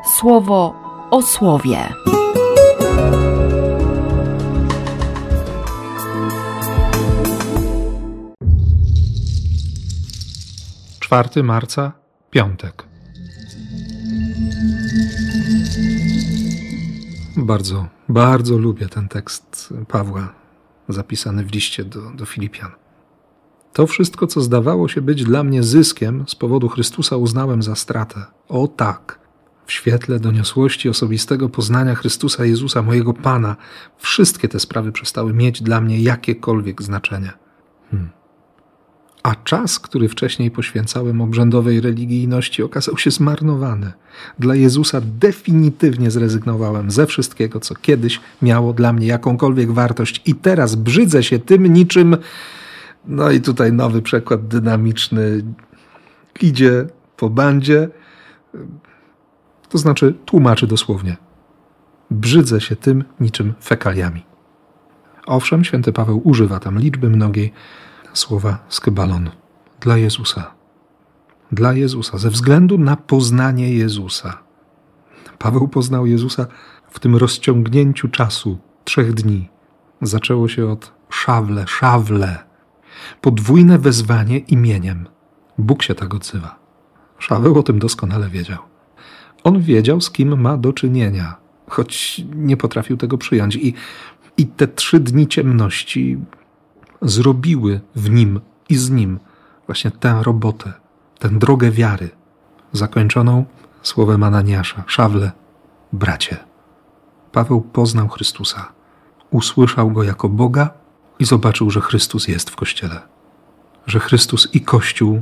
Słowo o słowie. 4 marca, piątek. Bardzo lubię ten tekst Pawła zapisany w liście do Filipian. To wszystko, co zdawało się być dla mnie zyskiem z powodu Chrystusa, uznałem za stratę. O tak! W świetle doniosłości osobistego poznania Chrystusa Jezusa, mojego Pana, wszystkie te sprawy przestały mieć dla mnie jakiekolwiek znaczenie. A czas, który wcześniej poświęcałem obrzędowej religijności, okazał się zmarnowany. Dla Jezusa definitywnie zrezygnowałem ze wszystkiego, co kiedyś miało dla mnie jakąkolwiek wartość i teraz brzydzę się tym niczym... No i tutaj nowy przekład dynamiczny idzie po bandzie, to znaczy tłumaczy dosłownie. Brzydzę się tym niczym fekaliami. Owszem, święty Paweł używa tam liczby mnogiej słowa skybalon. Dla Jezusa. Dla Jezusa. Ze względu na poznanie Jezusa. Paweł poznał Jezusa w tym rozciągnięciu czasu 3 dni. Zaczęło się od szawle. Podwójne wezwanie imieniem. Bóg się tak odzywa. Szaweł o tym doskonale wiedział. On wiedział, z kim ma do czynienia, choć nie potrafił tego przyjąć. I te 3 dni ciemności zrobiły w nim i z nim właśnie tę robotę, tę drogę wiary, zakończoną słowem Ananiasza. Szawle, bracie. Paweł poznał Chrystusa, usłyszał Go jako Boga i zobaczył, że Chrystus jest w Kościele. Że Chrystus i Kościół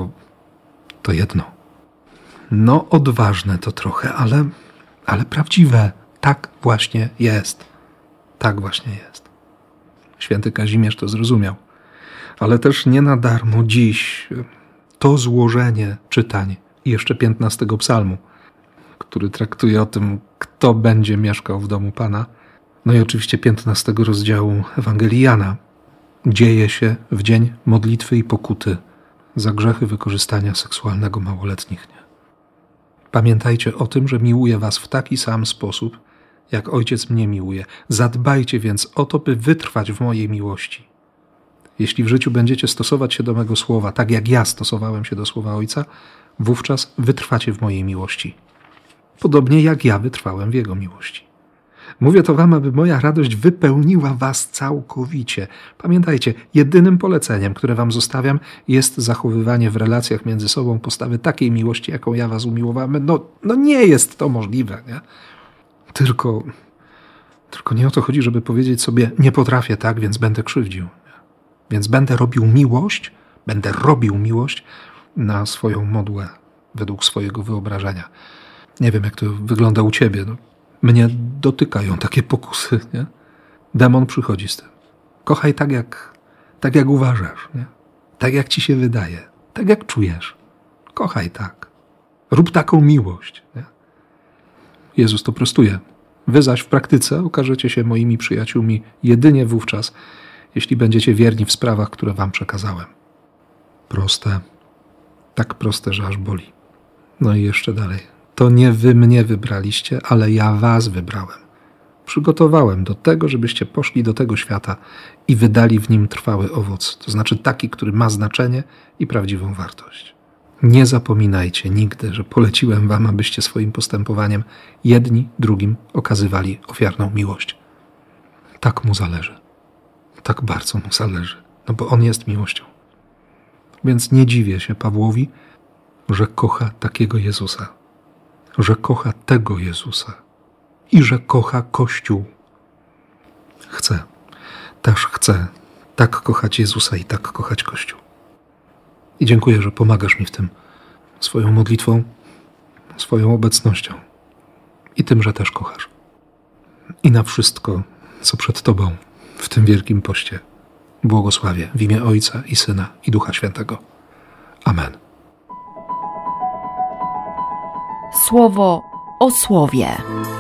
to jedno. No, odważne to trochę, ale prawdziwe. Tak właśnie jest. Tak właśnie jest. Święty Kazimierz to zrozumiał. Ale też nie na darmo dziś to złożenie czytań i jeszcze 15 psalmu, który traktuje o tym, kto będzie mieszkał w domu Pana. No i oczywiście 15 rozdziału Ewangelii Jana dzieje się w dzień modlitwy i pokuty za grzechy wykorzystania seksualnego małoletnich. Pamiętajcie o tym, że miłuję was w taki sam sposób, jak Ojciec mnie miłuje. Zadbajcie więc o to, by wytrwać w mojej miłości. Jeśli w życiu będziecie stosować się do mego słowa, tak jak ja stosowałem się do słowa Ojca, wówczas wytrwacie w mojej miłości. Podobnie jak ja wytrwałem w Jego miłości. Mówię to wam, aby moja radość wypełniła was całkowicie. Pamiętajcie, jedynym poleceniem, które wam zostawiam, jest zachowywanie w relacjach między sobą postawy takiej miłości, jaką ja was umiłowałem. No nie jest to możliwe, nie? Tylko nie o to chodzi, żeby powiedzieć sobie, nie potrafię tak, więc będę krzywdził. Więc będę robił miłość na swoją modłę, według swojego wyobrażenia. Nie wiem, jak to wygląda u ciebie. Mnie dotykają takie pokusy, nie? Demon przychodzi z tym. Kochaj tak jak uważasz, nie? Tak jak ci się wydaje, tak jak czujesz. Kochaj tak. Rób taką miłość, nie? Jezus to prostuje. Wy zaś w praktyce okażecie się moimi przyjaciółmi jedynie wówczas, jeśli będziecie wierni w sprawach, które wam przekazałem. Proste. Tak proste, że aż boli. No i jeszcze dalej. To nie wy mnie wybraliście, ale ja was wybrałem. Przygotowałem do tego, żebyście poszli do tego świata i wydali w nim trwały owoc. To znaczy taki, który ma znaczenie i prawdziwą wartość. Nie zapominajcie nigdy, że poleciłem wam, abyście swoim postępowaniem jedni drugim okazywali ofiarną miłość. Tak mu zależy. Tak bardzo mu zależy. No bo on jest miłością. Więc nie dziwię się Pawłowi, że kocha takiego Jezusa. Że kocha tego Jezusa. I że kocha Kościół. Też chcę tak kochać Jezusa i tak kochać Kościół. I dziękuję, że pomagasz mi w tym swoją modlitwą, swoją obecnością i tym, że też kochasz. I na wszystko, co przed Tobą w tym Wielkim Poście, błogosławię w imię Ojca i Syna i Ducha Świętego. Amen. Słowo o słowie.